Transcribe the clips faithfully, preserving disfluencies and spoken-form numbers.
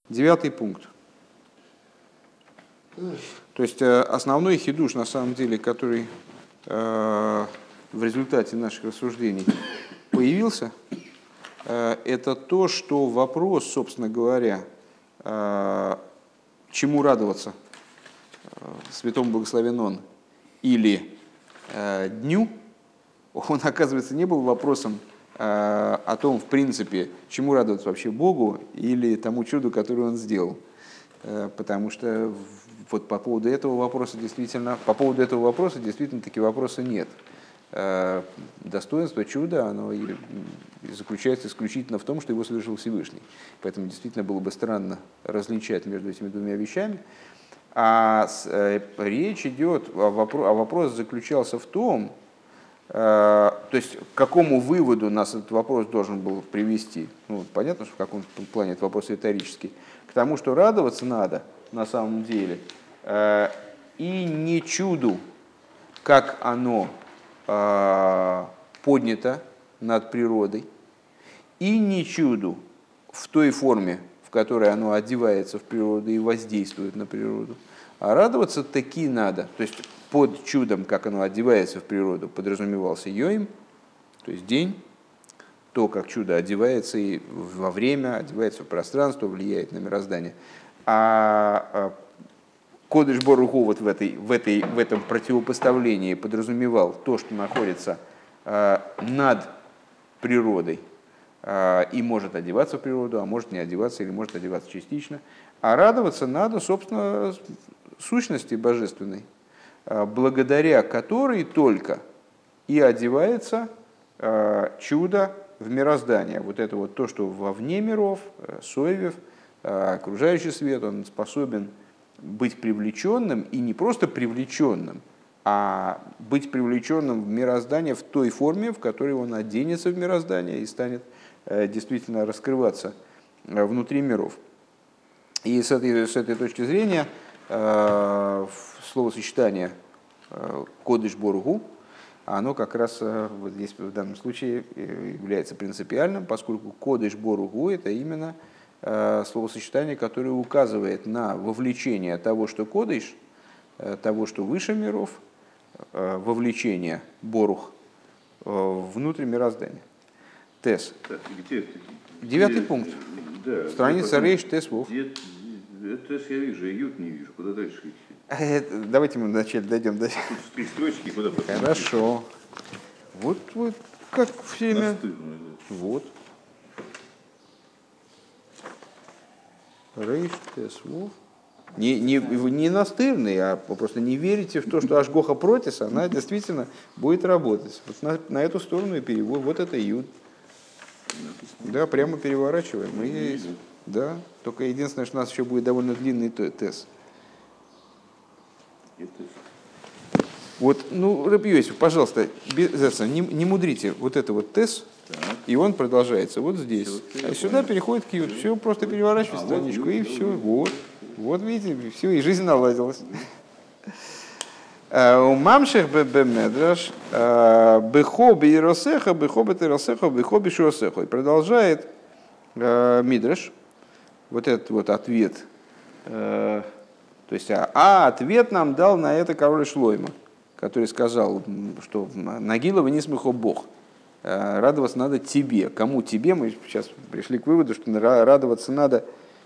Девятый пункт. То есть основной хидуш, на самом деле, который э, в результате наших рассуждений появился, э, это то, что вопрос, собственно говоря, э, чему радоваться, э, святому благословен он, или э, дню, он, оказывается, не был вопросом э, о том, в принципе, чему радоваться вообще Богу или тому чуду, которое он сделал. Э, потому что вот по поводу этого вопроса действительно, по поводу этого вопроса действительно таки вопроса нет. Э, достоинство чуда, оно и заключается исключительно в том, что его совершил Всевышний. Поэтому действительно было бы странно различать между этими двумя вещами. А с, э, речь идет, а вопрос, а вопрос заключался в том, то есть, к какому выводу нас этот вопрос должен был привести? Ну, понятно, что в каком плане этот вопрос риторический. К тому, что радоваться надо на самом деле и не чуду, как оно поднято над природой, и не чуду в той форме, в которой оно одевается в природу и воздействует на природу. А радоваться таки надо. То есть, под чудом, как оно одевается в природу, подразумевался йоим, то есть день, то, как чудо одевается и во время, одевается в пространство, влияет на мироздание. А Кодеш Борух Ху вот в, этой, в, этой, в этом противопоставлении подразумевал то, что находится над природой и может одеваться в природу, а может не одеваться или может одеваться частично. А радоваться надо, собственно, сущности божественной, благодаря которой только и одевается чудо в мироздание. Вот это вот то, что вовне миров, соевев, окружающий свет, он способен быть привлеченным, и не просто привлеченным, а быть привлеченным в мироздание в той форме, в которой он оденется в мироздание и станет действительно раскрываться внутри миров. И с этой, с этой точки зрения словосочетание «кодеш боругу», оно как раз вот здесь в данном случае является принципиальным, поскольку «кодеш боругу» — это именно словосочетание, которое указывает на вовлечение того, что кодеш, того, что выше миров, вовлечение борух внутрь мироздания. Тес. Девятый пункт. Да, страница Рейш Тес Вов. Тес я вижу, а ют не вижу. Куда дальше идти? Давайте мы вначале дойдем до... Тут три строчки, куда посмотреть? Хорошо. Вот, вот как время. Настырно, да. Вот. Рейш Тес Вов. Не, не, не настырный, а просто не верите в то, что Ашгоха Протис, она действительно будет работать. Вот на, на эту сторону и перевод. Вот это Юд. Да, прямо переворачиваем. И, да, только единственное, что у нас еще будет довольно длинный тес. Вот, ну, Рабби Йосиф, пожалуйста, без, не, не мудрите. Вот это вот тес, так. И он продолжается вот здесь. Все, а сюда понял. Переходит к Юд. Все, просто переворачивай а, страничку, вот, и все. Вот, вот, видите, все, и жизнь наладилась. У мамших бемедраш бехо бейросеха бехо бетеросеха бехо бешуросеха. И продолжает мидраш, вот этот вот ответ, то есть, а ответ нам дал на это король Шлойма, который сказал, что Нагила вынес михо Бог. Радоваться надо тебе. Кому тебе? Мы сейчас пришли к выводу, что радоваться надо,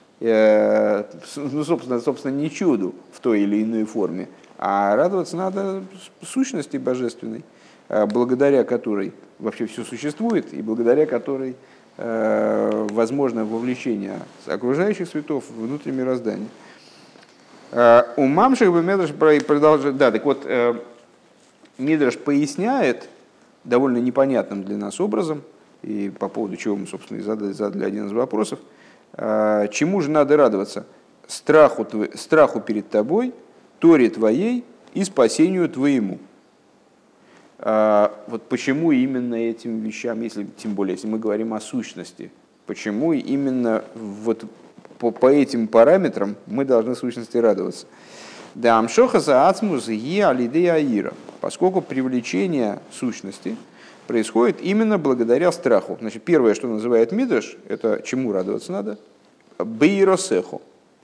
ну, собственно, собственно, не чуду в той или иной форме, а радоваться надо сущности божественной, благодаря которой вообще все существует, и благодаря которой возможно вовлечение окружающих светов внутрь мироздания. У Мамших бы Мидраш продолжает. Да, так вот, Мидраш поясняет довольно непонятным для нас образом, и по поводу чего мы, собственно, и задали, задали один из вопросов, чему же надо радоваться? Страху, страху перед тобой, Торе твоей и спасению твоему. Вот почему именно этим вещам, если, тем более, если мы говорим о сущности, почему именно вот по, по этим параметрам мы должны сущности радоваться? Да, амшоха за ацмус е алидея аира, поскольку привлечение сущности происходит именно благодаря страху. Значит, первое, что называет Мидраш, это чему радоваться надо? бейросеху,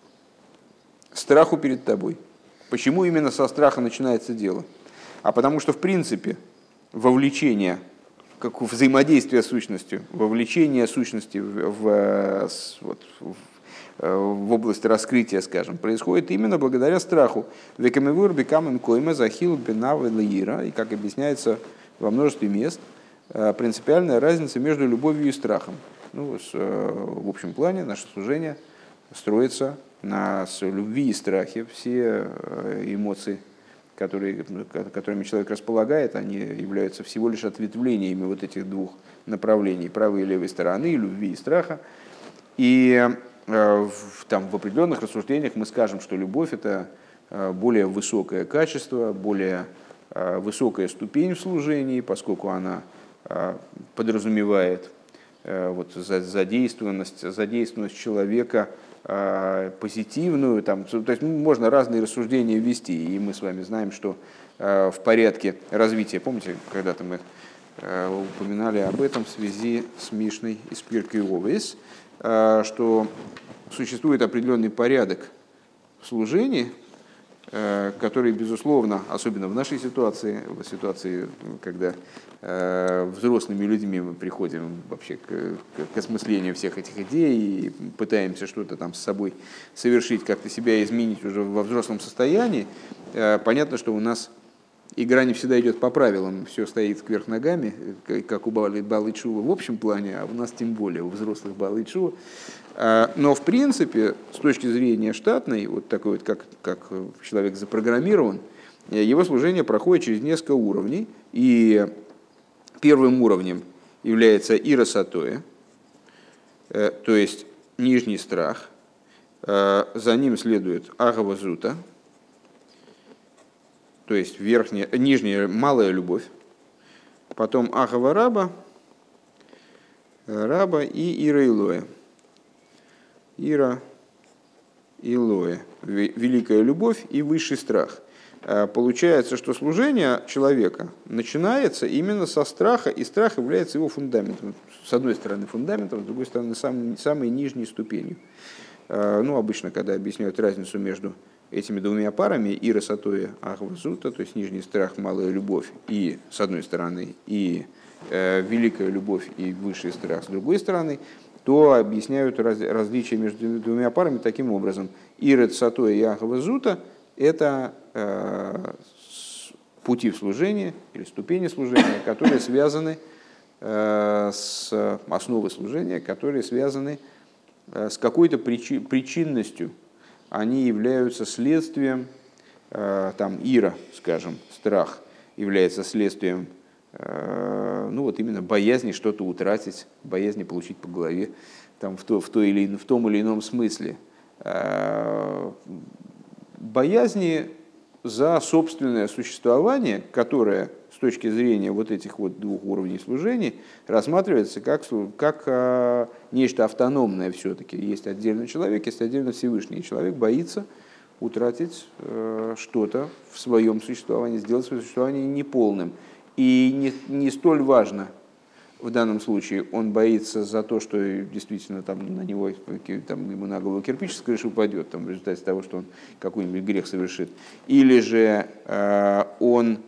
страху перед тобой. Почему именно со страха начинается дело? А потому что, в принципе, вовлечение, как взаимодействие с сущностью, вовлечение сущности в, в, вот, в, в область раскрытия, скажем, происходит именно благодаря страху. Векамевур бекамен койма захил бенавы лаира. И, как объясняется во множестве мест, принципиальная разница между любовью и страхом. Ну, в общем плане наше служение строится на любви и страхе. Все эмоции, которые, которыми человек располагает, они являются всего лишь ответвлениями вот этих двух направлений, правой и левой стороны, любви и страха. И э, в, там, в определенных рассуждениях мы скажем, что любовь – это э, более высокое качество, более э, высокая ступень в служении, поскольку она э, подразумевает э, вот, задействованность, задействованность человека, позитивную, там, то есть можно разные рассуждения вести, и мы с вами знаем, что э, в порядке развития, помните, когда-то мы э, упоминали об этом в связи с Мишной из Пиркей Овес, э, что существует определенный порядок в служении, э, который, безусловно, особенно в нашей ситуации, в ситуации, когда э, взрослыми людьми мы приходим вообще к, к осмыслению всех этих идей и пытаемся что-то там с собой совершить, как-то себя изменить уже во взрослом состоянии, э, понятно, что у нас игра не всегда идет по правилам, все стоит кверх ногами, как у Баалы Тшува в общем плане, а у нас тем более, у взрослых Баалы Тшува. Но в принципе, с точки зрения штатной, вот такой вот, как, как человек запрограммирован, его служение проходит через несколько уровней, и первым уровнем является ира сатоя, то есть нижний страх, за ним следует агава зута, то есть верхняя, нижняя малая любовь, потом агава раба, раба и ира илоя. Ира илоя, великая любовь и высший страх. Получается, что служение человека начинается именно со страха, и страх является его фундаментом. С одной стороны фундаментом, с другой стороны самой, самой нижней ступенью. Ну, обычно, когда объясняют разницу между этими двумя парами, ира сатоя агава зута, то есть нижний страх, малая любовь, и с одной стороны, и э, великая любовь и высший страх с другой стороны, то объясняют раз, различия между двумя парами таким образом. Ира сатоя и агава зута – это э, пути в служение или ступени служения, которые связаны э, с основой служения, которые связаны э, с какой-то причи, причинностью. Они являются следствием, э, там, ира, скажем, страх является следствием, э, ну вот именно боязни что-то утратить, боязни получить по голове, там, в, то, в, то или, в том или ином смысле. Э, боязни за собственное существование, которое с точки зрения вот этих вот двух уровней служения рассматривается как, как а, нечто автономное все-таки. Есть отдельный человек, есть отдельно Всевышний. И человек боится утратить э, что-то в своем существовании, сделать свое существование неполным. И не, не столь важно в данном случае, он боится за то, что действительно там, на него, там, ему на голову кирпич с крыши упадет там, в результате того, что он какой-нибудь грех совершит. Или же э, он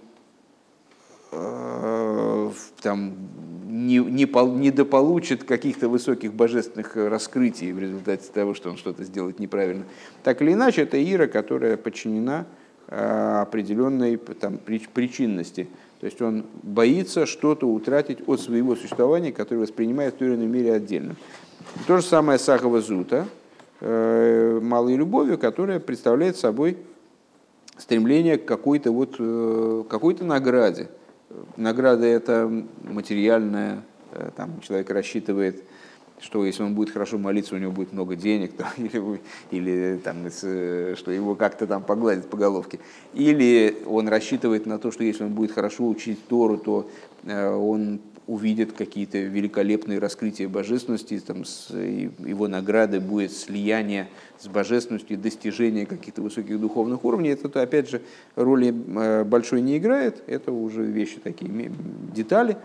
там, не, не, пол, не дополучит каких-то высоких божественных раскрытий в результате того, что он что-то сделает неправильно. Так или иначе, это ира, которая подчинена э, определенной там, причинности. То есть он боится что-то утратить от своего существования, которое воспринимает в той или иной мере отдельно. То же самое с агава зута, э, малой любовью, которая представляет собой стремление к какой-то, вот, э, какой-то награде. Награда это материальная, там человек рассчитывает, что если он будет хорошо молиться, у него будет много денег, там, или, или там, что его как-то там погладят по головке. Или он рассчитывает на то, что если он будет хорошо учить Тору, то он увидит какие-то великолепные раскрытия божественности, там, с, его наградой будет слияние с божественностью, достижение каких-то высоких духовных уровней. Это, опять же, роли большой не играет, это уже вещи такие, детали.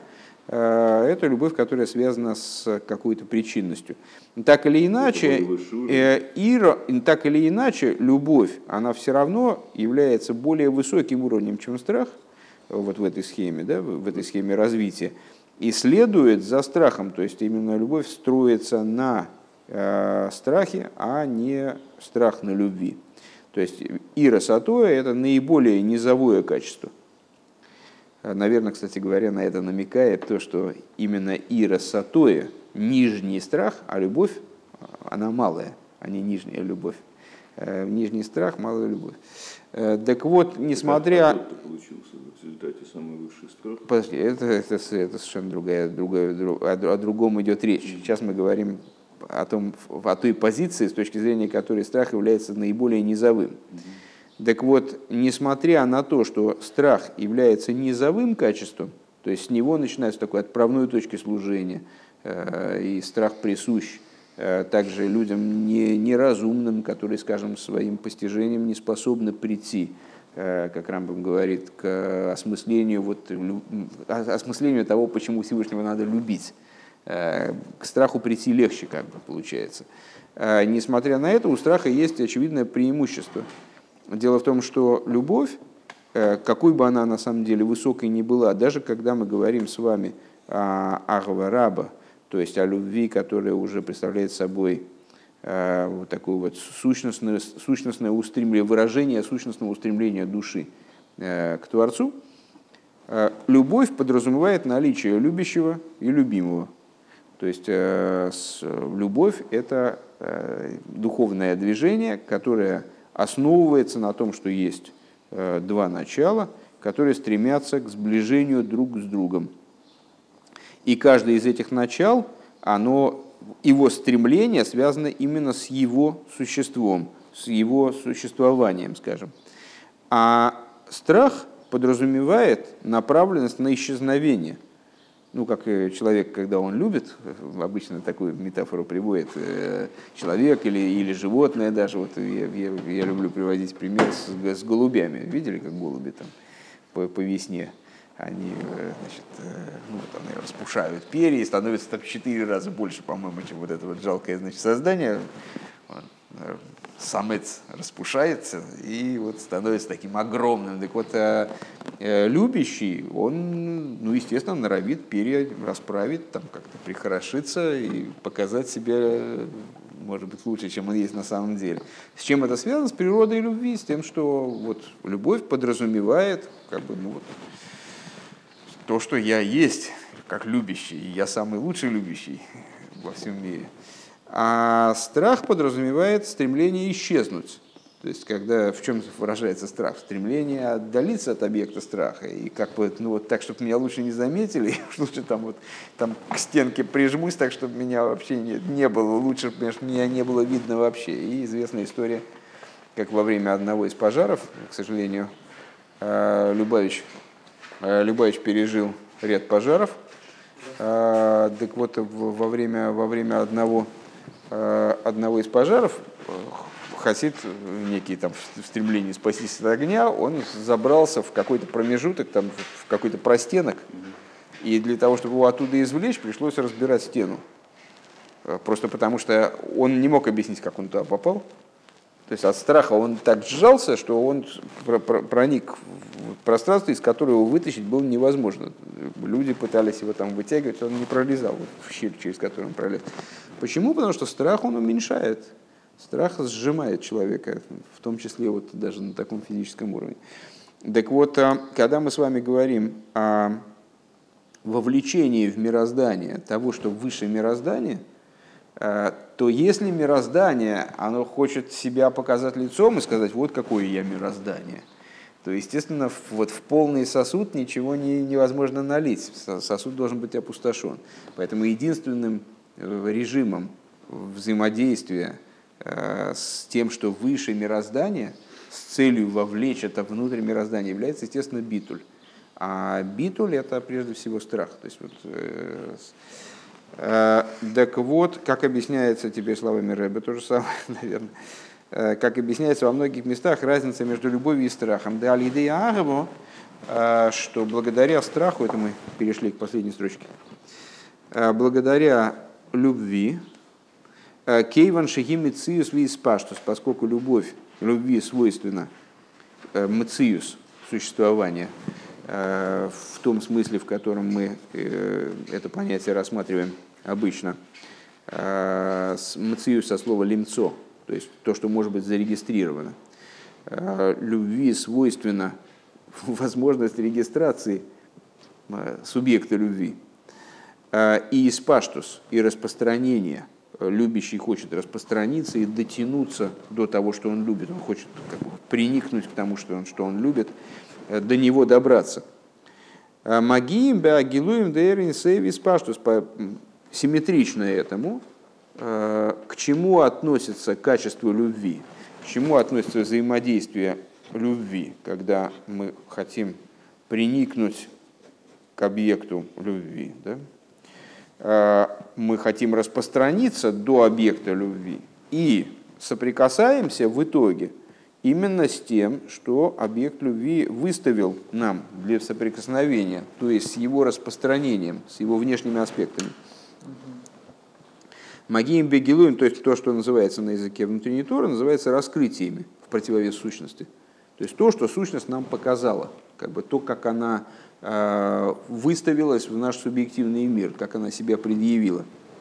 это любовь, которая связана с какой-то причинностью. Так или иначе, ира, так или иначе, любовь, она все равно является более высоким уровнем, чем страх, вот в этой схеме, да, в этой схеме развития, и следует за страхом, то есть именно любовь строится на э, страхе, а не страх на любви. То есть ира сатоя – это наиболее низовое качество. Наверное, кстати говоря, на это намекает то, что именно ира сатоя – нижний страх, а любовь, она малая, а не нижняя любовь. Нижний страх, малая любовь. Так вот, несмотря... А тот-то получился в результате самый высший страх. Подожди, это, это, это совершенно другая, другая, о, о другом идет речь. Сейчас мы говорим о, том, о той позиции, с точки зрения которой страх является наиболее низовым. Mm-hmm. Так вот, несмотря на то, что страх является низовым качеством, то есть с него начинается такой отправной точки служения, э, и страх присущ э, также людям не, неразумным, которые, скажем, своим постижением не способны прийти, э, как Рамбам говорит, к осмыслению, вот, лю, осмыслению того, почему Всевышнего надо любить. Э, к страху прийти легче, как бы, получается. Э, несмотря на это, у страха есть очевидное преимущество. Дело в том, что любовь, какой бы она на самом деле высокой ни была, даже когда мы говорим с вами о ахва раба, то есть о любви, которая уже представляет собой вот такое вот сущностное, сущностное устремление, выражение сущностного устремления души к Творцу, любовь подразумевает наличие любящего и любимого. То есть любовь – это духовное движение, которое основывается на том, что есть э, два начала, которые стремятся к сближению друг с другом. И каждое из этих начал, оно, его стремление связано именно с его существом, с его существованием, скажем. А страх подразумевает направленность на исчезновение. Ну, как человек, когда он любит, обычно такую метафору приводит, человек или, или животное даже. Вот я, я, я люблю приводить пример с, с голубями. Видели, как голуби там по, по весне? Они, значит, ну, вот они распушают перья и становятся там в четыре раза больше, по-моему, чем вот это вот жалкое, значит, создание. Самец распушается и вот становится таким огромным. Так вот, э, э, любящий, он, ну, естественно, норовит перья расправить, там как-то прихорошиться и показать себя, может быть, лучше, чем он есть на самом деле. С чем это связано? С природой любви, с тем, что вот, любовь подразумевает как бы, ну, вот, то, что я есть, как любящий, и я самый лучший любящий во всем мире. А страх подразумевает стремление исчезнуть. То есть, когда, в чем выражается страх? Стремление отдалиться от объекта страха. И как бы, ну, вот так, чтобы меня лучше не заметили, лучше там, вот, там к стенке прижмусь, так, чтобы меня вообще не, не было. Лучше, чтобы меня не было видно вообще. И известная история, как во время одного из пожаров, к сожалению, Любавич, Любавич пережил ряд пожаров. Так вот, во время, во время одного... одного из пожаров, хасид, некий там в стремлении спастись от огня, он забрался в какой-то промежуток, там, в какой-то простенок, и для того, чтобы его оттуда извлечь, пришлось разбирать стену. Просто потому, что он не мог объяснить, как он туда попал. То есть от страха он так сжался, что он проник в пространство, из которого его вытащить было невозможно. Люди пытались его там вытягивать, он не пролезал вот в щель, через которую он пролез. Почему? Потому что страх он уменьшает. Страх сжимает человека, в том числе вот даже на таком физическом уровне. Так вот, когда мы с вами говорим о вовлечении в мироздание того, что выше мироздания, то если мироздание, оно хочет себя показать лицом и сказать, вот какое я мироздание, то, естественно, вот в полный сосуд ничего не, невозможно налить. Сосуд должен быть опустошен. Поэтому единственным режимом взаимодействия с тем, что выше мироздания, с целью вовлечь это внутрь мироздания, является, естественно, битуль. А битуль – это прежде всего страх. То есть, вот, так вот, как объясняется теперь словами Рэбе, то же самое, наверное, как объясняется во многих местах, разница между любовью и страхом. Да, алидея агаву, что благодаря страху, это мы перешли к последней строчке, благодаря любви, кейван шехи мециус виспаштус, поскольку любовь, любви свойственна мециус, существование, в том смысле, в котором мы это понятие рассматриваем обычно, мециус со слова лимцо, то есть то, что может быть зарегистрировано. Любви свойственна возможность регистрации субъекта любви. И испаштус, и распространение. Любящий хочет распространиться и дотянуться до того, что он любит. Он хочет как бы приникнуть к тому, что он, что он любит, до него добраться. Магиим беагилуем дейрин сейв испаштус. Симметрично этому, к чему относится качество любви, к чему относится взаимодействие любви, когда мы хотим приникнуть к объекту любви, да? Мы хотим распространиться до объекта любви и соприкасаемся в итоге именно с тем, что объект любви выставил нам для соприкосновения, то есть с его распространением, с его внешними аспектами. Магиим бегилуем, то есть то, что называется на языке внутренней Торы, называется раскрытиями в противовес сущности. То есть то, что сущность нам показала, как бы то, как она э, выставилась в наш субъективный мир, как она себя предъявила.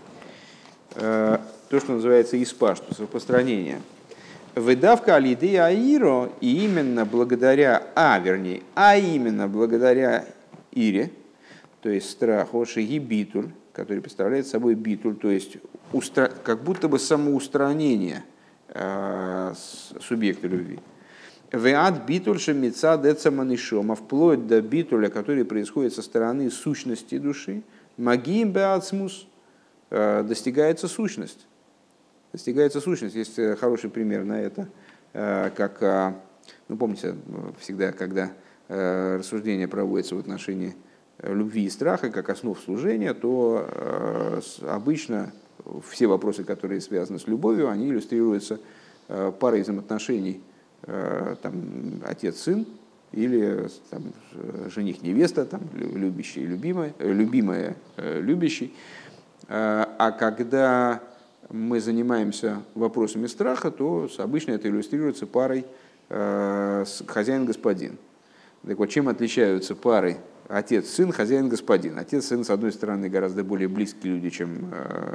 Э, то, что называется испаштус, распространение. Выдавка алиды аиро, и именно благодаря, а вернее, а именно благодаря ире, то есть страху, шеги битуль, который представляет собой битуль, то есть устра... как будто бы самоустранение э, субъекта любви. Веат битуль шемица децаманишома, вплоть до битуля, который происходит со стороны сущности души, магиим беацмус, достигается сущность. Достигается сущность. Есть хороший пример на это, как, ну помните, всегда, когда рассуждение проводится в отношении любви и страха как основ служения, то обычно все вопросы, которые связаны с любовью, они иллюстрируются парой взаимоотношений, там, отец-сын или там, жених-невеста, там, любящий и любимая, любимая, любящий. А когда мы занимаемся вопросами страха, то обычно это иллюстрируется парой хозяин-господин. Так вот, чем отличаются пары отец-сын, хозяин-господин? Отец-сын, с одной стороны, гораздо более близкие люди, чем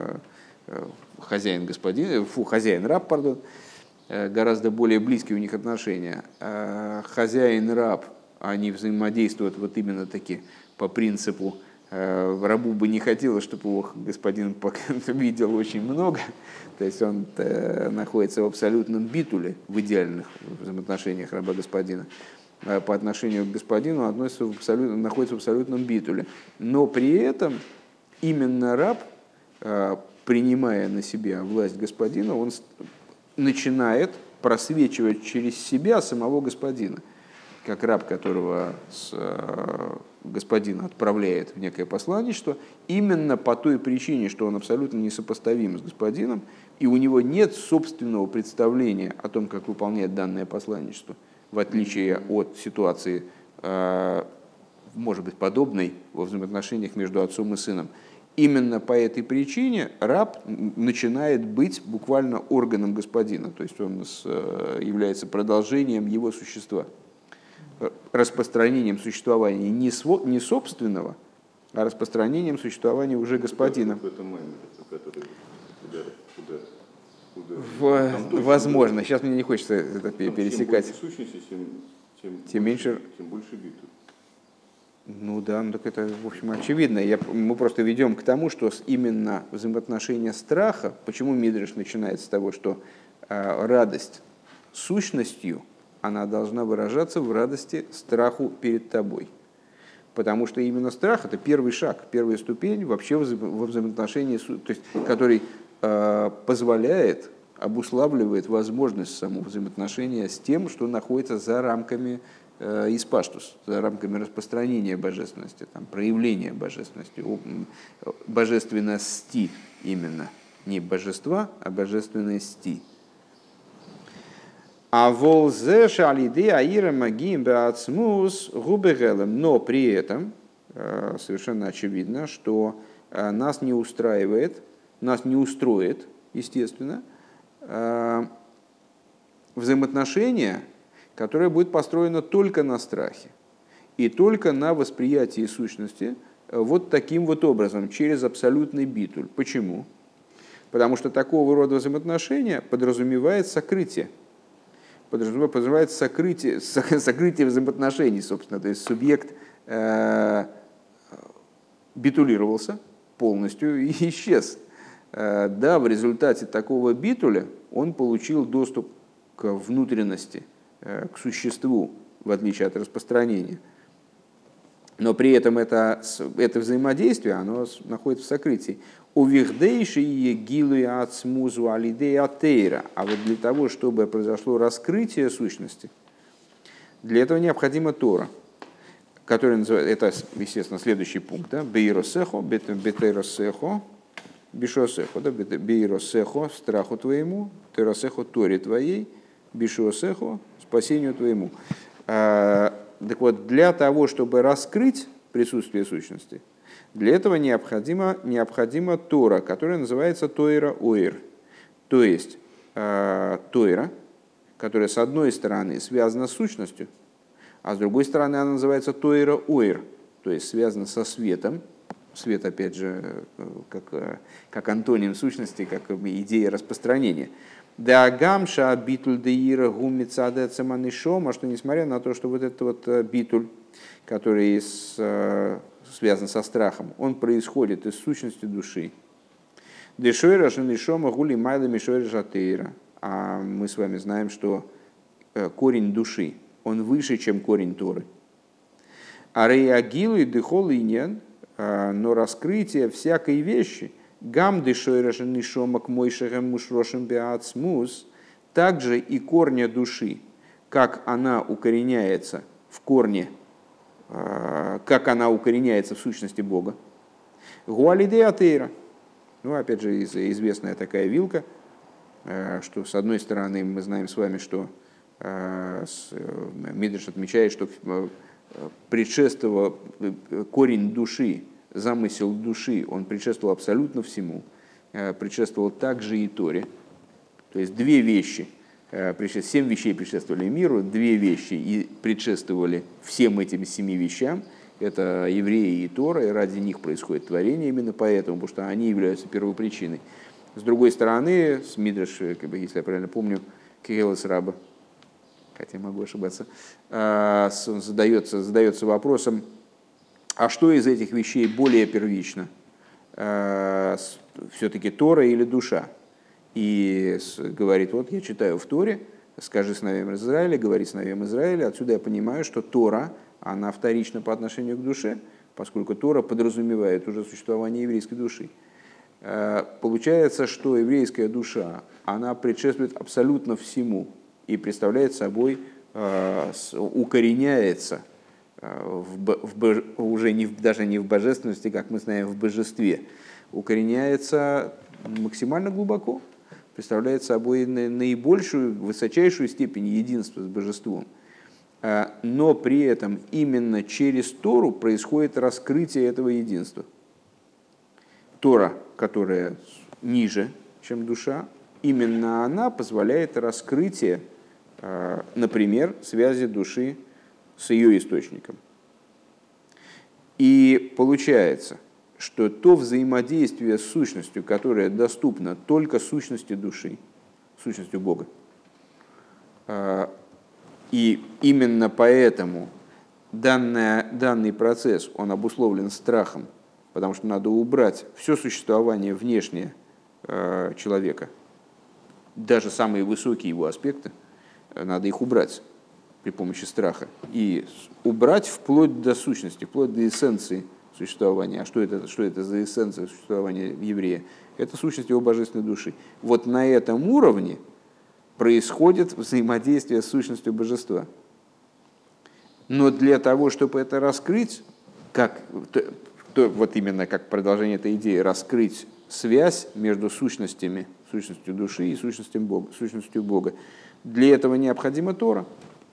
хозяин-господин, фу, хозяин-раб, пардон, гораздо более близкие у них отношения. Хозяин-раб, они взаимодействуют вот именно таки по принципу, рабу бы не хотелось, чтобы его господин видел очень много, то есть он находится в абсолютном битуле, в идеальных взаимоотношениях раба-господина. По отношению к господину относится в абсолютно, находится в абсолютном битуле. Но при этом именно раб, принимая на себя власть господина, он начинает просвечивать через себя самого господина, как раб, которого с господина отправляет в некое посланничество, именно по той причине, что он абсолютно несопоставим с господином, и у него нет собственного представления о том, как выполняет данное посланничество, в отличие от ситуации, может быть, подобной во взаимоотношениях между отцом и сыном. Именно по этой причине раб начинает быть буквально органом господина, то есть он является продолжением его существа, распространением существования не собственного, а распространением существования уже господина. Возможно, сейчас мне не хочется это пересекать. Чем больше сущности, тем, тем, тем больше, меньше. Тем больше битв. Ну да, ну так это, в общем, очевидно. Я, мы просто ведем к тому, что именно взаимоотношения страха, почему Мидриш начинает с того, что э, радость сущностью, она должна выражаться в радости страху перед тобой. Потому что именно страх – это первый шаг, первая ступень вообще во взаимоотношении, то есть, который э, позволяет, обуславливает возможность самого взаимоотношения с тем, что находится за рамками испаштус, за рамками распространения божественности, там, проявления божественности, божественности именно, не божества, а божественности. А волзе шалиды аира магим беацмус губегелем. Но при этом совершенно очевидно, что нас не устраивает, нас не устроит, естественно, взаимоотношения, которое будет построено только на страхе и только на восприятии сущности вот таким вот образом, через абсолютный битуль. Почему? Потому что такого рода взаимоотношения подразумевает сокрытие. Подразумевает сокрытие, сокрытие взаимоотношений, собственно. То есть субъект э, битулировался полностью и исчез. Э, да, в результате такого битуля он получил доступ к внутренности, э, к существу, в отличие от распространения. Но при этом это, это взаимодействие, оно находится в сокрытии. Увихдейши егилу ацмузу алидея тейра. А вот для того, чтобы произошло раскрытие сущности, для этого необходима Тора, которая называется, это, естественно, следующий пункт, да, бейросехо, бетейросехо, бишосехо, да, бейросехо, страху твоему, теросехо, торе твоей, бишосехо, спасению твоему. Так вот, для того, чтобы раскрыть присутствие сущности, для этого необходима, необходима Тора, которая называется Тойра Оир. То есть э, Тойра, которая с одной стороны связана с сущностью, а с другой стороны она называется Тойра Оир, то есть связана со светом. Свет, опять же, как, как антоним сущности, как идея распространения. Да гамша битуль деира гумица цеманишома, что несмотря на то, что вот этот вот битуль, который с, связан со страхом, он происходит из сущности души. Дешойра шанишома гули майла мишойра жатейра. А мы с вами знаем, что корень души, он выше, чем корень Торы. А реагилу и дыхол иньян, но раскрытие всякой вещи, гам дешойра шанишома к мойшехем мушрошем беацмус, также и корня души, как она укореняется в корне, как она укореняется в сущности Бога. Гуалидея тейра. Ну, опять же, известная такая вилка, что с одной стороны мы знаем с вами, что Мидраш отмечает, что предшествовал корень души, замысел души, он предшествовал абсолютно всему, предшествовал также и Торе. То есть две вещи, семь вещей предшествовали миру, две вещи и предшествовали всем этим семи вещам. Это евреи и Тора, и ради них происходит творение именно поэтому, потому что они являются первопричиной. С другой стороны, с Мидраш, как бы, если я правильно помню, Кегелес Раба, хотя могу ошибаться, он задается, задается вопросом, а что из этих вещей более первично? Все-таки Тора или душа? И говорит, вот я читаю в Торе, скажи сыновьям Израиля, говори сыновьям Израиля, отсюда я понимаю, что Тора, она вторична по отношению к душе, поскольку Тора подразумевает уже существование еврейской души. Получается, что еврейская душа, она предшествует абсолютно всему и представляет собой, укореняется в, в, уже не в, даже не в божественности, как мы знаем, в божестве, укореняется максимально глубоко, представляет собой наибольшую, высочайшую степень единства с божеством. Но при этом именно через Тору происходит раскрытие этого единства. Тора, которая ниже, чем душа, именно она позволяет раскрытие, например, связи души с ее источником. И получается, что то взаимодействие с сущностью, которое доступно только сущности души, сущностью Бога, и именно поэтому данное, данный процесс, он обусловлен страхом, потому что надо убрать все существование внешнее человека, даже самые высокие его аспекты, надо их убрать при помощи страха. И убрать вплоть до сущности, вплоть до эссенции существования. А что это, что это за эссенция существования еврея? Это сущность его божественной души. Вот на этом уровне происходит взаимодействие с сущностью божества. Но для того, чтобы это раскрыть, как, то, то, вот именно как продолжение этой идеи, раскрыть связь между сущностями, сущностью души и сущностью Бога, сущностью Бога, Для этого необходима Тора.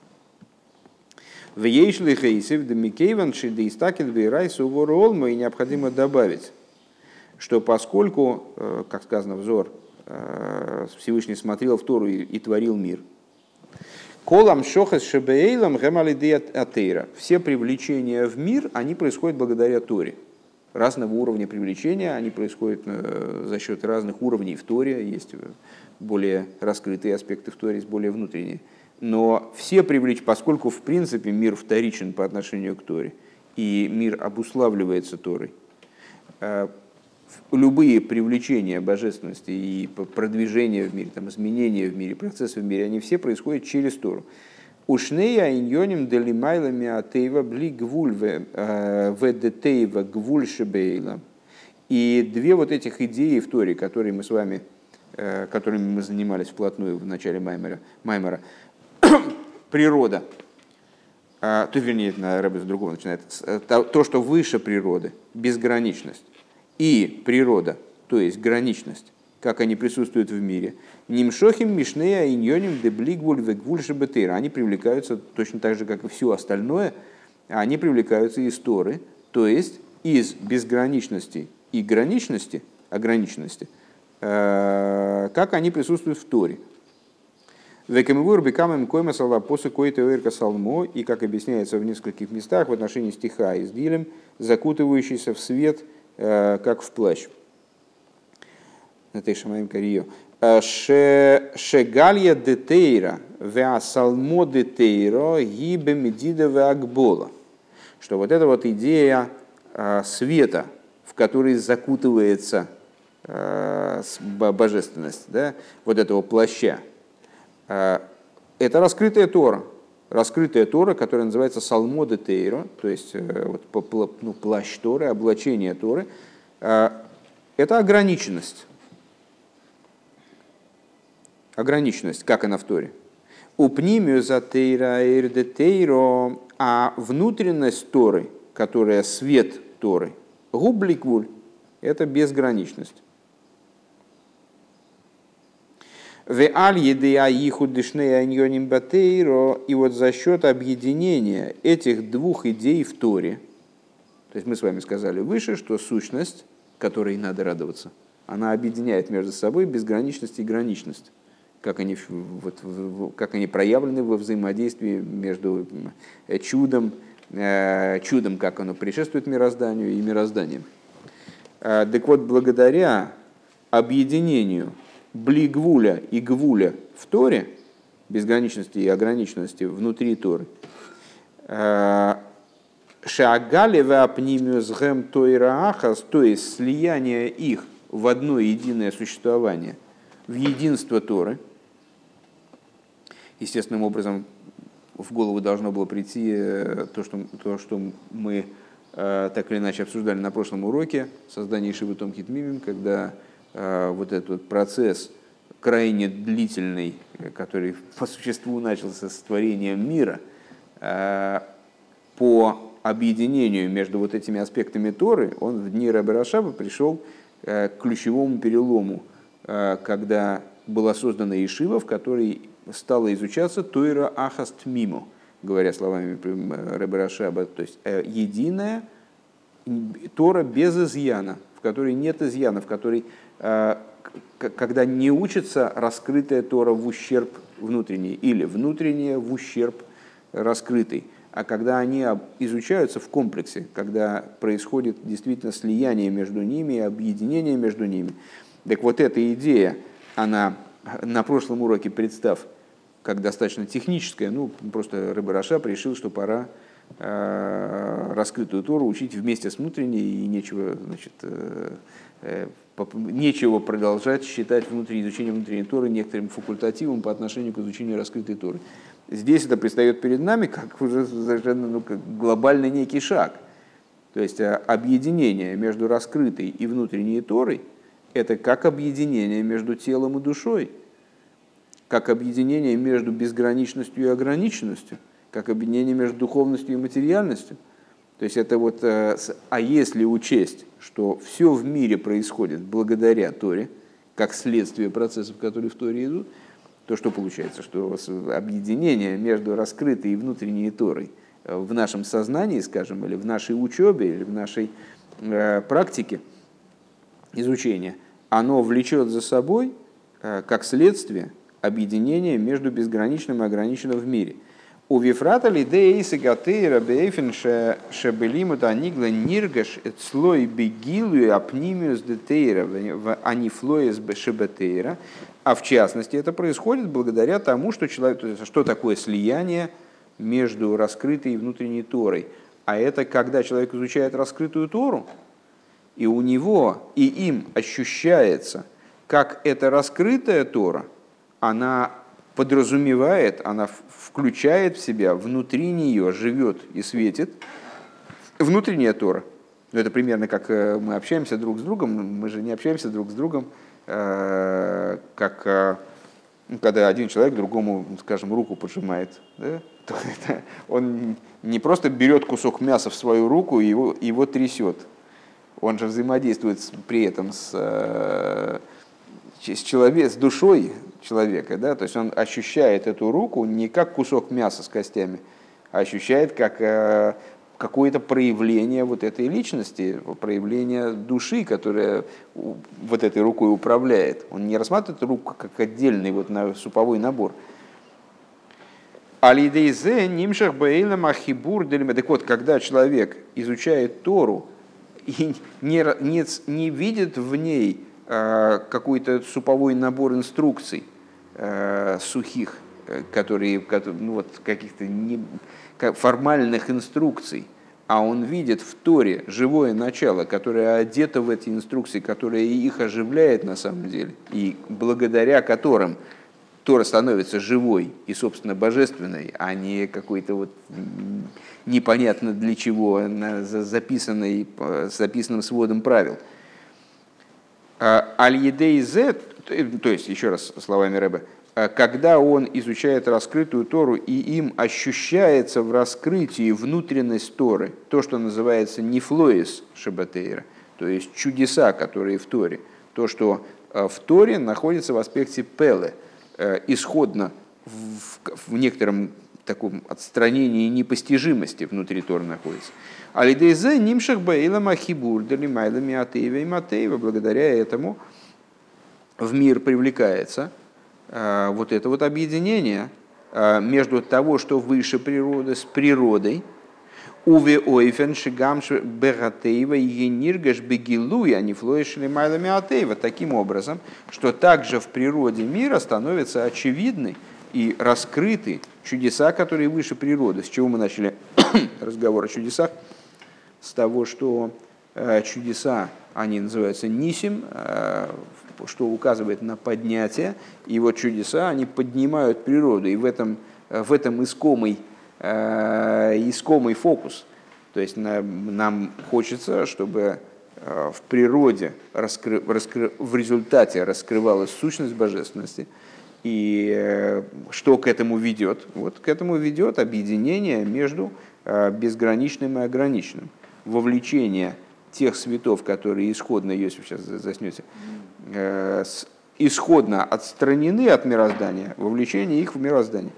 В Ейшли Хейсев Демикейван Шидейстакин Вейрайсу Воролма, и необходимо добавить, что поскольку, как сказано, взор Всевышний смотрел в Тору и, и творил мир, Колам шохас шебейлам гемалидея атеира. Все привлечения в мир, они происходят благодаря Торе. Разного уровня привлечения, они происходят за счет разных уровней в Торе. Есть более раскрытые аспекты в Торе, есть более внутренние. Но все привлечения, поскольку в принципе мир вторичен по отношению к Торе, и мир обуславливается Торой, любые привлечения божественности и продвижения в мире, там, изменения в мире, процессы в мире, они все происходят через Тору. Ушнея иньоним делимайлами атеева бли гвуль ведетеева гвуль шебейла. И две вот этих идеи в Торе, которые мы с вами, которыми мы занимались вплотную в начале Маймера, Маймера, природа, то, вернее, Рэбе с другого начинает, то, что выше природы, безграничность, и природа, то есть граничность, как они присутствуют в мире, нимшохим мишнея иньоним деблигвуль вегвуль шебетейра, они привлекаются точно так же, как и все остальное, они привлекаются из Торы, то есть из безграничности и граничности, ограниченности, как они присутствуют в Торе. Векамивур бекамем койма салва после койта уэрка салмо, и как объясняется в нескольких местах в отношении стиха из Дилем, закутывающийся в свет, как в плащ. Шегалья детейра веа салмо детейро гибе медида веакбола. Что вот эта вот идея света, в который закутывается божественность, да, вот этого плаща, это раскрытая Тора. Раскрытая Тора, которая называется Салмо де Тейро, то есть вот, ну, плащ Торы, облачение Торы, это ограниченность. Ограниченность, как она в Торе. Упнимию за Тейра эйр де Тейро, а внутренность Торы, которая свет Торы, губликвуль, это безграничность. И вот за счет объединения этих двух идей в Торе, то есть мы с вами сказали выше, что сущность, которой надо радоваться, она объединяет между собой безграничность и граничность, как они, вот, как они проявлены во взаимодействии между чудом, чудом, как оно предшествует мирозданию, и мирозданием. Так вот, благодаря объединению блигвуля и гвуля в Торе, безграничности и ограниченности внутри Торы, шаагалева пнимиусгэм тойраахас, то есть слияние их в одно единое существование, в единство Торы. Естественным образом в голову должно было прийти то, что, то, что мы так или иначе обсуждали на прошлом уроке создания Ешивы Том Хит Мимим, когда вот этот процесс крайне длительный, который по существу начался с творением мира, по объединению между вот этими аспектами Торы, он в дни Ребе Рашаба пришел к ключевому перелому, когда была создана Ешива, в которой стала изучаться Тойра Ахаст Мимо, говоря словами Ребе Рашаба, то есть единая Тора без изъяна, в которой нет изъяна, в которой, когда не учится раскрытая Тора в ущерб внутренней, или внутренняя в ущерб раскрытой, а когда они изучаются в комплексе, когда происходит действительно слияние между ними и объединение между ними. Так вот эта идея, она на прошлом уроке, представ, как достаточно техническая, ну просто Ребе Рашаб решил, что пора э, раскрытую Тору учить вместе с внутренней, и нечего, значит, э, э, нечего продолжать считать внутри, изучение внутренней Торы некоторым факультативом по отношению к изучению раскрытой Торы. Здесь это предстает перед нами как уже совершенно, ну, как глобальный некий шаг. То есть объединение между раскрытой и внутренней Торой – это как объединение между телом и душой, как объединение между безграничностью и ограниченностью, как объединение между духовностью и материальностью. То есть это вот, а если учесть, что все в мире происходит благодаря Торе, как следствие процессов, которые в Торе идут, то что получается? Что объединение между раскрытой и внутренней Торой в нашем сознании, скажем, или в нашей учебе, или в нашей э, практике изучения, оно влечет за собой, э, как следствие, объединение между безграничным и ограниченным в мире. У Вифрата лидеи сагатейра бейфен шебелимут анигла ниргаш слой бегилу апнимиус детейра в анифлоес бешебетейра. А в частности это происходит благодаря тому, что человек, то есть, что такое слияние между раскрытой и внутренней Торой. А это когда человек изучает раскрытую Тору, и у него и им ощущается, как эта раскрытая Тора, она подразумевает, она включает в себя, внутри нее живет и светит внутренняя Тора. Ну, это примерно как мы общаемся друг с другом, мы же не общаемся друг с другом, как когда один человек другому, скажем, руку пожимает. Да? То это он не просто берет кусок мяса в свою руку и его, его трясет. Он же взаимодействует при этом с, с, человек, с душой человека, да? То есть он ощущает эту руку не как кусок мяса с костями, а ощущает как э, какое-то проявление вот этой личности, проявление души, которая вот этой рукой управляет. Он не рассматривает эту руку как отдельный вот, на, суповой набор. Алидейзе нимшах баэйлам ахибур дельме. Так вот, когда человек изучает Тору и не, не, не видит в ней какой-то суповой набор инструкций э, сухих, которые, которые ну, вот, каких-то не, как формальных инструкций, а он видит в Торе живое начало, которое одето в эти инструкции, которое их оживляет на самом деле, и благодаря которым Тора становится живой и, собственно, божественной, а не какой-то вот непонятно для чего записанной, с записанным сводом правил. Аль-Едей-Зе, то есть, еще раз словами Рэбе, когда он изучает раскрытую Тору и им ощущается в раскрытии внутренность Торы, то, что называется нефлоис шебатейра, то есть чудеса, которые в Торе, то, что в Торе находится в аспекте пеле, исходно в, в некотором таком отстранении и непостижимости внутри Торы находится. Алидейзе нимшах баэйлам ахибур делимайлами атеева и матеева. Благодаря этому в мир привлекается э, вот это вот объединение э, между того, что выше природы, с природой. Уве ойфен шигамш бегатеева и ениргаш бегилуй, а не флоишли майлами атеева. Таким образом, что также в природе мира становятся очевидны и раскрыты чудеса, которые выше природы. С чего мы начали разговор о чудесах? С того, что э, чудеса, они называются нисим, э, что указывает на поднятие, и вот чудеса, они поднимают природу, и в этом, в этом искомый, э, искомый фокус. То есть нам, нам хочется, чтобы э, в природе, раскры, раскры, в результате раскрывалась сущность божественности. И э, что к этому ведет? Вот к этому ведет объединение между э, безграничным и ограниченным. Вовлечение тех светов, которые исходно, если вы сейчас заснете, э, исходно отстранены от мироздания, вовлечение их в мироздание.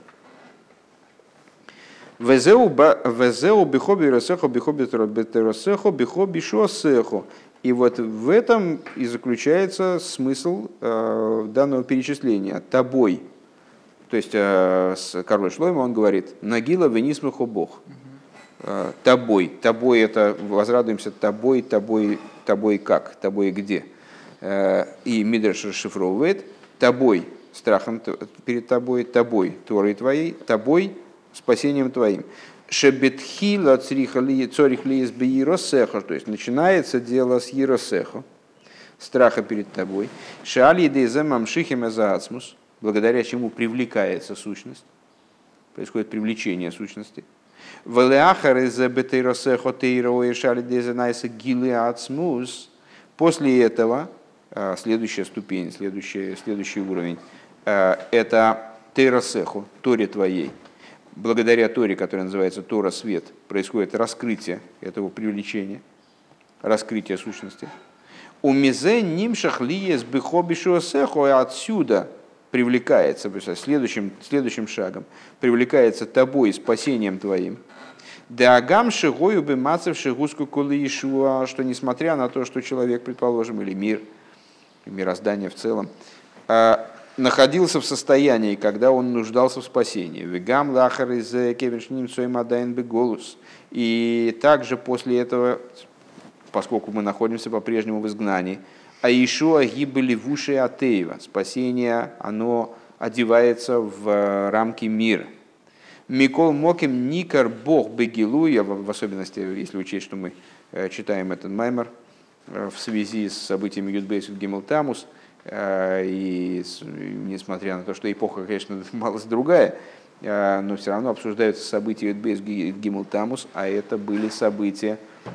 Везеу бихоби росехо, бихоби росехо, бихоби шосехо. И вот в этом и заключается смысл э, данного перечисления. Тобой. То есть э, с король Шлойма он говорит: «Нагила венисмаху Бог». Э, тобой. Тобой это возрадуемся тобой, тобой, тобой как, тобой где. Э, и Мидраш расшифровывает: тобой, страхом перед тобой, тобой, Торой твоей, тобой, спасением твоим. Шебетхила цорих лиес би еросехо, то есть начинается дело с еросехо, страха перед тобой. Шали дезе мамшихим эзаацмус, благодаря чему привлекается сущность, происходит привлечение сущности. Валеахар эзе бетейросехо тейроэ шали дезе найса гилеацмус. После этого следующая ступень, следующий, следующий уровень, это тейросехо, Торе твоей. Благодаря Торе, которая называется Тора Свет, происходит раскрытие этого привлечения, раскрытие сущности. У мизе нимшах лиес бихобишуасехо, и отсюда привлекается, следующим, следующим шагом, привлекается тобой спасением твоим. Деагам шигою бы мацев шигуску коли Иешуа, что несмотря на то, что человек, предположим, или мир, мироздание в целом, находился в состоянии, когда он нуждался в спасении. Вегам лахар из кевеншним цоймадайн беголус. И также после этого, поскольку мы находимся по-прежнему в изгнании, а Иешуа гибели в уши атеева. Спасение, оно одевается в рамки мира. Микол моким никар бог бегилуя, в особенности, если учесть, что мы читаем этот маймер в связи с событиями Юдбейс и Гимел Тамус, и несмотря на то, что эпоха, конечно, малость другая, но все равно обсуждаются события Юдбейс и Гимел Тамус, а это были события,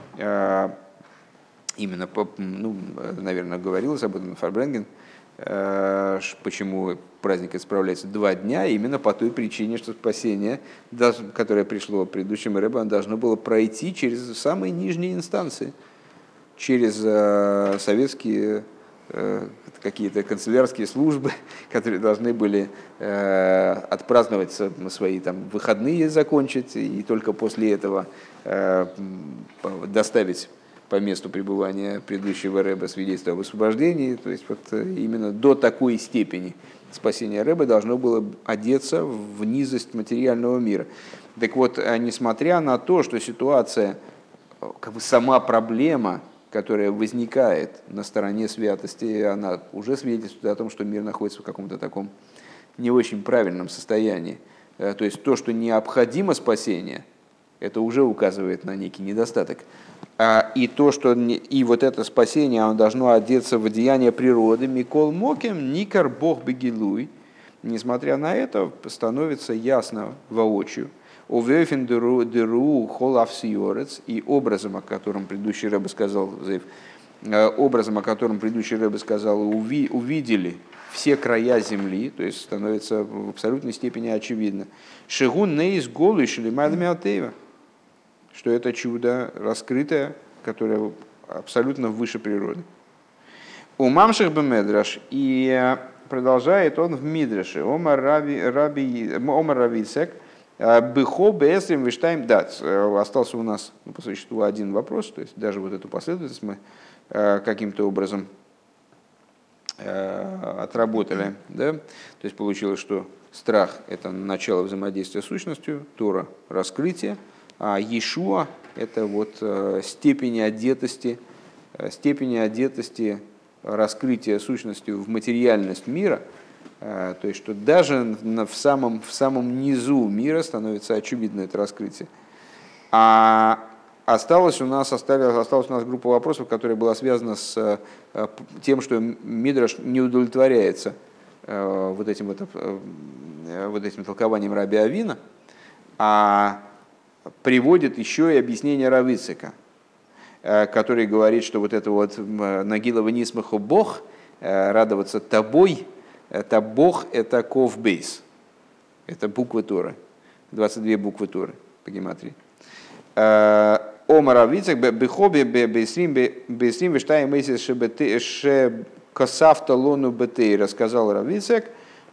именно, ну, наверное, говорилось об этом Фарбренген, почему праздник исправляется два дня, именно по той причине, что спасение, которое пришло предыдущим Ребе, должно было пройти через самые нижние инстанции, через советские какие-то канцелярские службы, которые должны были отпраздновать свои там выходные, закончить, и только после этого доставить по месту пребывания предыдущего Ребе свидетельство об освобождении. То есть вот именно до такой степени спасение Ребе должно было одеться в низость материального мира. Так вот, несмотря на то, что ситуация, как бы сама проблема, которая возникает на стороне святости, она уже свидетельствует о том, что мир находится в каком-то таком не очень правильном состоянии. То есть то, что необходимо спасение, это уже указывает на некий недостаток. И то, что и вот это спасение, оно должно одеться в одеяние природы, микол мокем, никар бог бегилуй, несмотря на это, становится ясно воочию, увефен деру холавсиорец, и образом, о котором предыдущий Ребе сказал, образом, о котором предыдущий Ребе сказал, увидели все края земли, то есть становится в абсолютной степени очевидно, шигун нейс голый шелимадами атеева, что это чудо раскрытое, которое абсолютно выше природы. У мамших бемедраш, и продолжает он в Мидраше, Омар Равицек, Бехо беэсрим виштайм дат. Остался у нас, ну, по существу один вопрос, то есть даже вот эту последовательность мы каким-то образом отработали. Да? То есть получилось, что страх – это начало взаимодействия с сущностью, Тора – раскрытие, а Иешуа – это вот степень одетости, степень одетости раскрытия сущностью в материальность мира, то есть что даже в самом, в самом низу мира становится очевидно это раскрытие. А осталось у нас, осталось, осталась у нас группа вопросов, которая была связана с тем, что Мидраш не удовлетворяется вот этим, вот, вот этим толкованием Раби Авина, а приводит еще и объяснение Рав Ицхака, который говорит, что вот это вот «Нагилова нисмаху Бог», радоваться тобой, это Бог, это ковбейс, это буквы Торы, двадцать две буквы Торы по гематрии. Ома Рав Ицхак бехоби бесрим вештаем месяц ше косавта лону бетей, рассказал Рав Ицхак,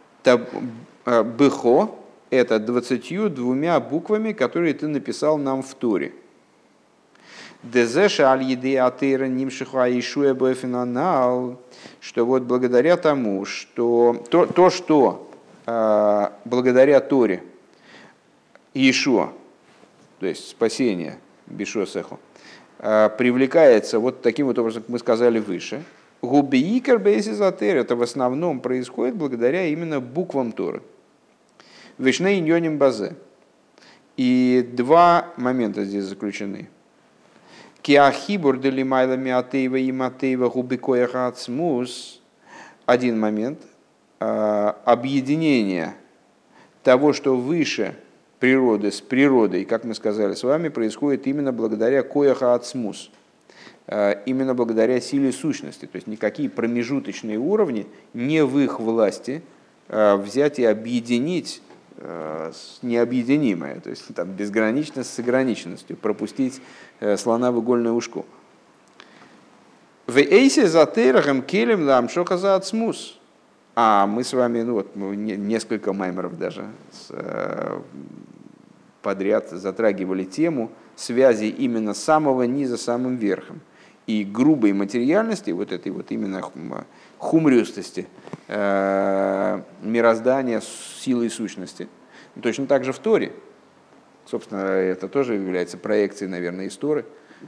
бехо – это двадцатью двумя буквами, которые ты написал нам в Торе. Дезеша аль еды атеира нимшиха Иешуа боэфинанал, что вот благодаря тому, что то, то что э, благодаря Торе Иешуа, то есть спасение Бишосеху, э, привлекается вот таким вот образом, как мы сказали выше, губиикер бейсизатер, это в основном происходит благодаря именно буквам Торы. Вишней ньоним базе. И два момента здесь заключены. Киахибур делимайла миатеева и матеева губикоя ацмус. Один момент. Объединение того, что выше природы с природой, как мы сказали с вами, происходит именно благодаря кояха ацмус. Именно благодаря силе сущности. То есть никакие промежуточные уровни не в их власти взять и объединить необъединимое, то есть там, безграничность с ограниченностью, пропустить слона в игольное ушко. В эйсе за терахом келем ламшоха за ацмус. А мы с вами, ну вот, несколько маймеров даже подряд затрагивали тему связи именно самого низа с самым верхом и грубой материальности, вот этой вот именно хумриустости мироздания с силой сущности. Точно так же в Торе. Собственно, это тоже является проекцией, наверное, из Торы.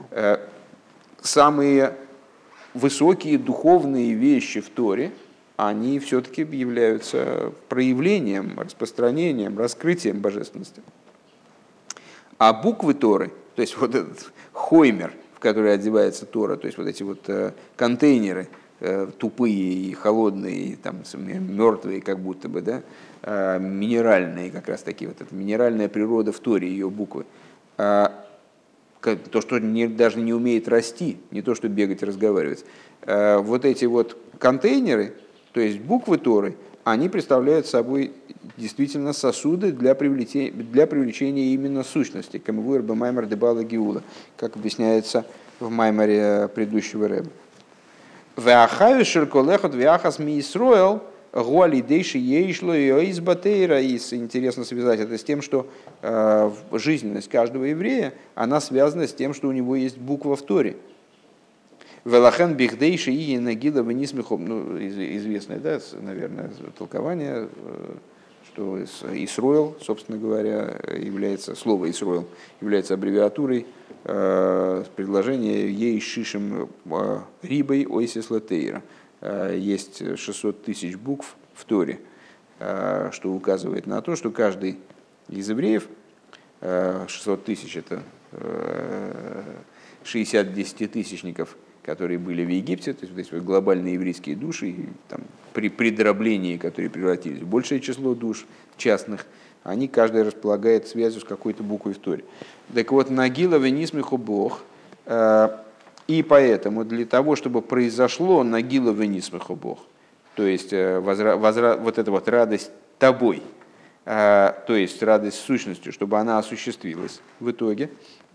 Самые высокие духовные вещи в Торе, они все-таки являются проявлением, распространением, раскрытием божественности. А буквы Торы, то есть вот этот хоймер, в который одевается Тора, то есть вот эти вот контейнеры, тупые и холодные, и там, мертвые как будто бы, да, минеральные как раз таки, вот эта минеральная природа в Торе, ее буквы, то, что не, даже не умеет расти, не то, что бегать и разговаривать. Вот эти вот контейнеры, то есть буквы Торы, они представляют собой действительно сосуды для привлечения, для привлечения именно сущности, камвуэр бэмаймер дебала гиула, как объясняется в маймере предыдущего рэба. Веахаю ширколехот веахас ми Исроэл гуалидейши ейшло и избатейра. Интересно связать это с тем, что э, жизненность каждого еврея, она связана с тем, что у него есть буква в Торе. Велахен бихдейши и нагила венисмихом. Ну, известное, да, наверное, толкование, что Исроэл, собственно говоря, является, слово Исроэл является аббревиатурой э, предложения ей шишем э, рибой ойсис латейра. Э, есть шестьсот тысяч букв в Торе, э, что указывает на то, что каждый из евреев, э, шестьсот тысяч это э, шестьдесят десятитысячников, которые были в Египте, то есть вот эти вот глобальные еврейские души, там, при предроблении, которые превратились в большее число душ частных, они каждый располагает связью с какой-то буквой в Торе. Так вот, нагила венисмиху Бог, и поэтому для того, чтобы произошло нагила венисмиху Бог, то есть возра, возра, вот эта вот радость тобой, то есть радость сущностью, чтобы она осуществилась в итоге,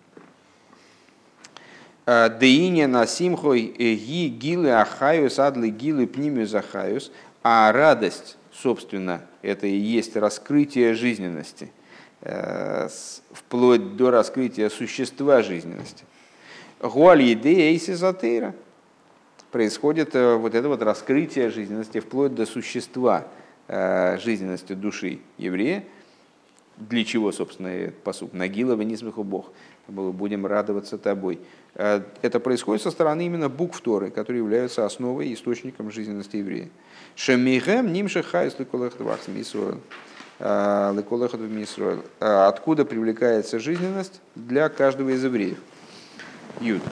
Деине на симхой ги гилы ахаюс адлы гилы пнимиус ахаюс, а радость, собственно, это и есть раскрытие жизненности, вплоть до раскрытия существа жизненности. Гуаль еды эйси затейра, происходит вот это вот раскрытие жизненности вплоть до существа жизненности души еврея. Для чего, собственно, этот пасук? Нагила венисмиху Бог. Будем радоваться тобой. Это происходит со стороны именно букв Торы, которые являются основой и источником жизненности еврея. Шемихем нимше хайс леколехот вахс мисроэл. Леколехот мисроэл. Откуда привлекается жизненность для каждого из евреев? Юд.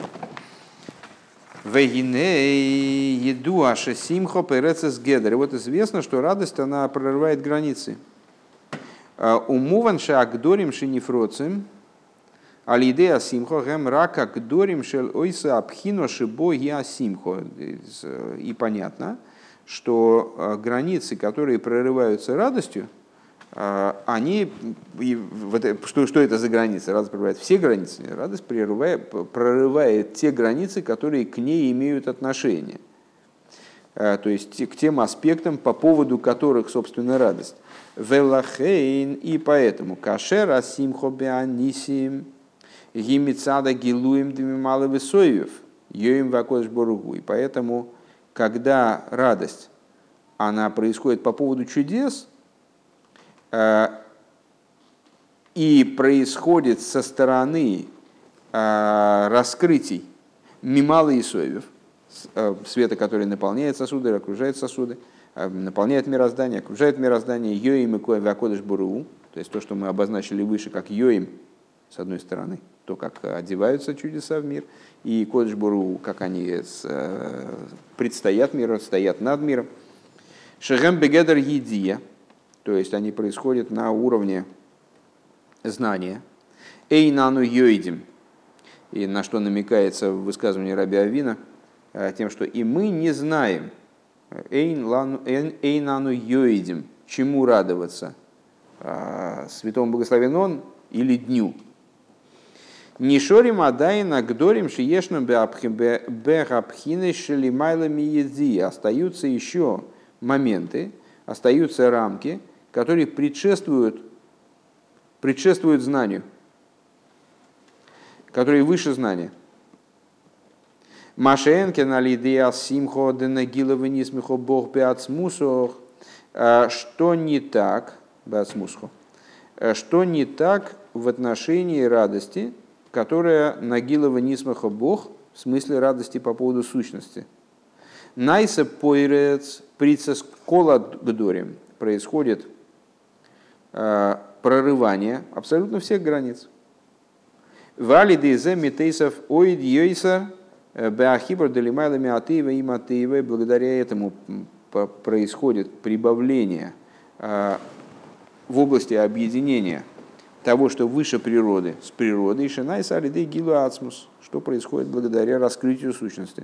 Вегине еду аше симхо перецес гедер. И вот известно, что радость, она прорывает границы. Умуван шеагдорим шенифроцим. Алидея симхо гем рака гдорим шел ойса абхино шибо я симхо. И понятно, что границы, которые прорываются радостью, они, что, что это за границы? Радость прорывает все границы, радость прорывает, прорывает те границы, которые к ней имеют отношение. То есть к тем аспектам, по поводу которых, собственно, радость. Велахейн, и поэтому кашера симхо беанисим гимицада гилуем дмималы высоев йоим вакодж боругу. И поэтому, когда радость, она происходит по поводу чудес, и происходит со стороны раскрытий мималы и соевев, света, который наполняет сосуды, окружает сосуды, наполняет мироздание, окружает мироздание, йоим и коев вакодж боругу, то есть то, что мы обозначили выше, как йоим, с одной стороны, то, как одеваются чудеса в мир, и кодж боругу, как они предстоят миру, стоят над миром. Шехем бегедер едия, то есть они происходят на уровне знания. Эйнану йоидим, и на что намекается в высказывании Раби Авина, тем, что и мы не знаем, эйнану йоидим, чему радоваться, святому благословен он или дню. Нишорим адайна гдорим шиешным беапхины шелимайлами еди. Остаются еще моменты, остаются рамки, которые предшествуют, предшествуют знанию, которые выше знания. Машенкин алидея симхо денагиловы нисмихо бог беацмусох. Что не так, беацмусхо, что не так в отношении радости, которая нагилова нисмихо бог, в смысле радости по поводу сущности. Найса пойрец прицес кола гдорим. Происходит э, прорывание абсолютно всех границ. Валидезе митейсов оид йойса беахибр делимайлами атеева и матеева. Благодаря этому происходит прибавление э, в области объединения того, что выше природы, с природой. Шинайса алидей гилу ацмус. Что происходит благодаря раскрытию сущности.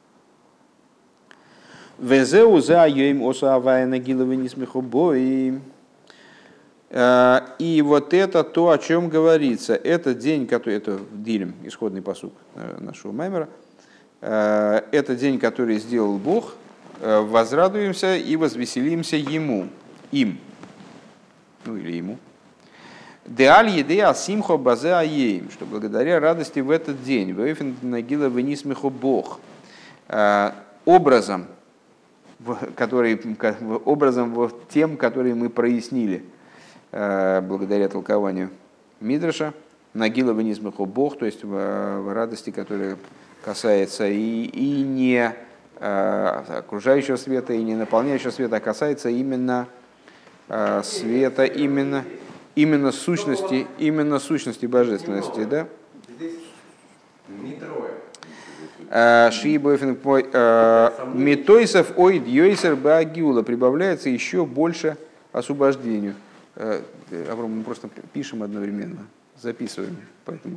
Везеу за йоим осавая нагиловы нисмихобой. И вот это то, о чем говорится. Это день, который, это Дилем, исходный пасук нашего маймера. Это день, который сделал Бог. Возрадуемся и возвеселимся Ему, им, ну или Ему. Деаль еде асимхо базе аеим, что благодаря радости в этот день, вэйфен нагила вынисмихо Бог, образом, который, образом тем, который мы прояснили благодаря толкованию Мидраша, нагила вынисмихо Бог, то есть в радости, которая касается и, и не окружающего света, и не наполняющего света, а касается именно света, именно Именно сущности, именно сущности божественности, да? Шибофин метойсов ойд йойсер баагиула, прибавляется еще больше освобождению. Авром, мы просто пишем одновременно, записываем, поэтому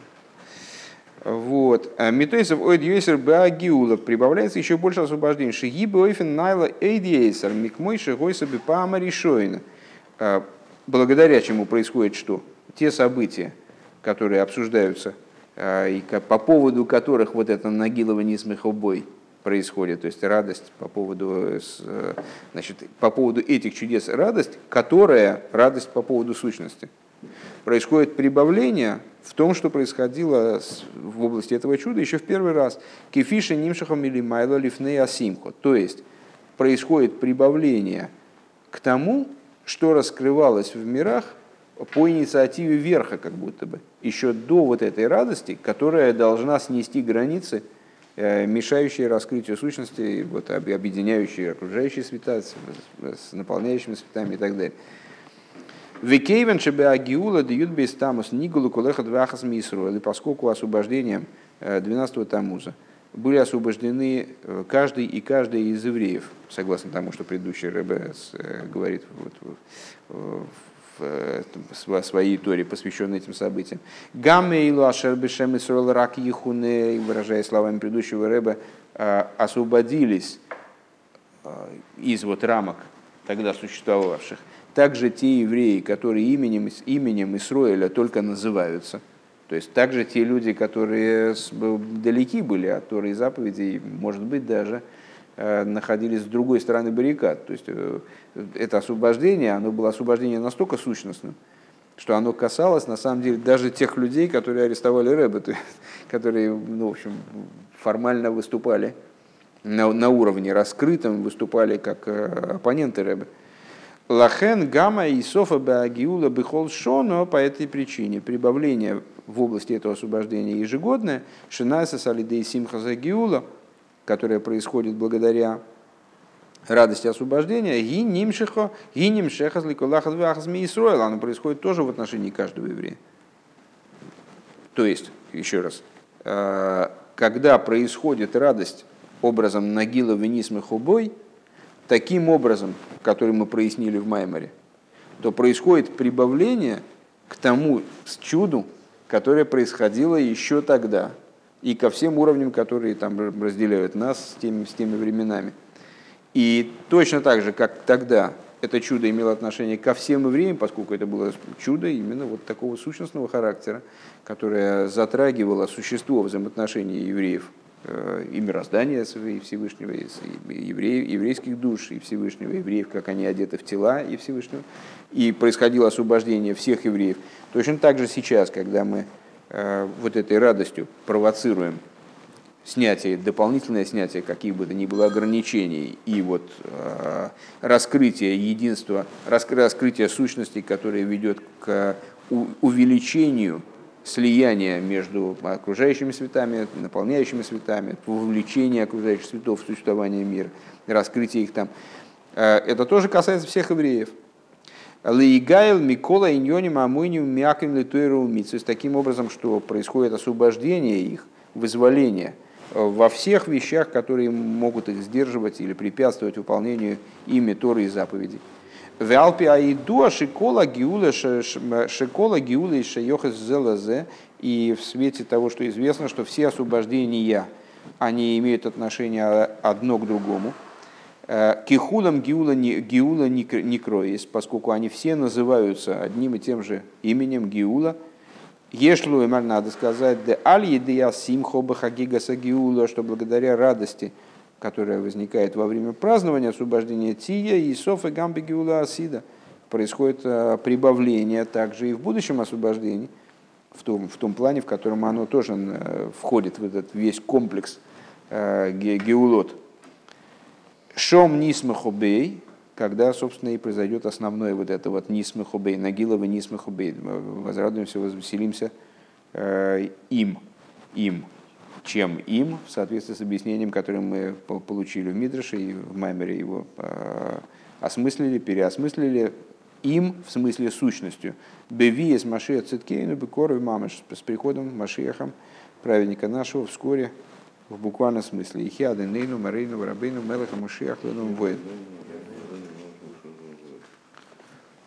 вот. Метойсов ойд йойсер баагиула, прибавляется еще больше освобождению. Шигибофин найла эйд йойсер микмой шигойса бипаама решойна. Благодаря чему происходит что? Те события, которые обсуждаются, и по поводу которых вот это нагилова нисмихобой происходит, то есть радость по поводу, значит, по поводу этих чудес радость, которая радость по поводу сущности. Происходит прибавление в том, что происходило в области этого чуда еще в первый раз. Кефиша нимшахам или майла лифней асимхо. То есть происходит прибавление к тому, что раскрывалось в мирах по инициативе верха, как будто бы, еще до вот этой радости, которая должна снести границы, мешающие раскрытию сущности, вот, объединяющие окружающие света с, с наполняющими светами и так далее. Векейвен шебеагиула дают бейстамус нигулу кулеха двахас мисру, и поскольку освобождением двенадцатого Тамуза были освобождены каждый и каждая из евреев, согласно тому, что предыдущий Ребе говорит вот в своей торе, посвященной этим событиям. Гаммейлу ашер бешем исрол рак ехуне, выражая словами предыдущего Ребе, освободились из вот рамок тогда существовавших. Также те евреи, которые именем, именем Исроэля только называются. То есть также те люди, которые далеки были от Торы и заповедей, может быть, даже находились с другой стороны баррикад. То есть это освобождение, оно было освобождение настолько сущностным, что оно касалось, на самом деле, даже тех людей, которые арестовали Ребе, которые, ну, в общем, формально выступали на, на уровне раскрытом, выступали как оппоненты Ребе. Лахен гамма и софа баагиула бихол шоно, по этой причине прибавление в области этого освобождения ежегодное, шинайса салидей симха загиула, которое происходит благодаря радости освобождения, гинимшехо, гинимшехас ликулахас вахазми Исроэла, оно происходит тоже в отношении каждого еврея. То есть, еще раз, когда происходит радость образом нагила венисмы хубой, таким образом, который мы прояснили в Майморе, то происходит прибавление к тому чуду, которое происходило еще тогда, и ко всем уровням, которые там разделяют нас с теми, с теми временами. И точно так же, как тогда это чудо имело отношение ко всем евреям, поскольку это было чудо именно вот такого сущностного характера, которое затрагивало существо взаимоотношений евреев и мироздания и Всевышнего, и евреев, еврейских душ, и Всевышнего, евреев, как они одеты в тела и Всевышнего, и происходило освобождение всех евреев. Точно так же сейчас, когда мы вот этой радостью провоцируем снятие, дополнительное снятие каких бы то ни было ограничений и вот раскрытие единства, раскрытие сущности, которое ведет к увеличению слияние между окружающими светами, наполняющими светами, вовлечение окружающих светов в существование мира, раскрытие их там. Это тоже касается всех евреев. Лейгайл Микола Иньоним Амуиним Мяким Литуэру Митсус. Таким образом, что происходит освобождение их, вызволение во всех вещах, которые могут их сдерживать или препятствовать выполнению ими Торы и заповедей. В Алпе Аиду Шикола Гиула Шикола Гиула и Шайохас Зелазе, и в свете того, что известно, что все освобождения, они имеют отношение одно к другому. Кихулам Гиула Гиула Никроис, поскольку они все называются одним и тем же именем Гиула. Ешлу и надо сказать, де аль едея симхо бахагигаса Гиула, что благодаря радости, которая возникает во время празднования освобождения Тия и Софа Гамби Гиула Асида, происходит прибавление также и в будущем освобождении, в том, в том плане, в котором оно тоже входит в этот весь комплекс Геулот. Шом Нисмахубей, когда, собственно, и произойдет основное вот это вот Нисмахубей, Нагилова Нисмахубей, возрадуемся, возвеселимся им, им. Чем им, в соответствии с объяснением, которое мы получили в Мидраше и в Маймере его осмыслили, переосмыслили, им в смысле сущностью. Беви из Машия Циткейну Бекору и Мамаш, с приходом Машиахом, праведника нашего, вскоре, в буквальном смысле. Ихиады Нейну, Марейну, Варабейну, Мелаха, Машиах, Ленум, Воин.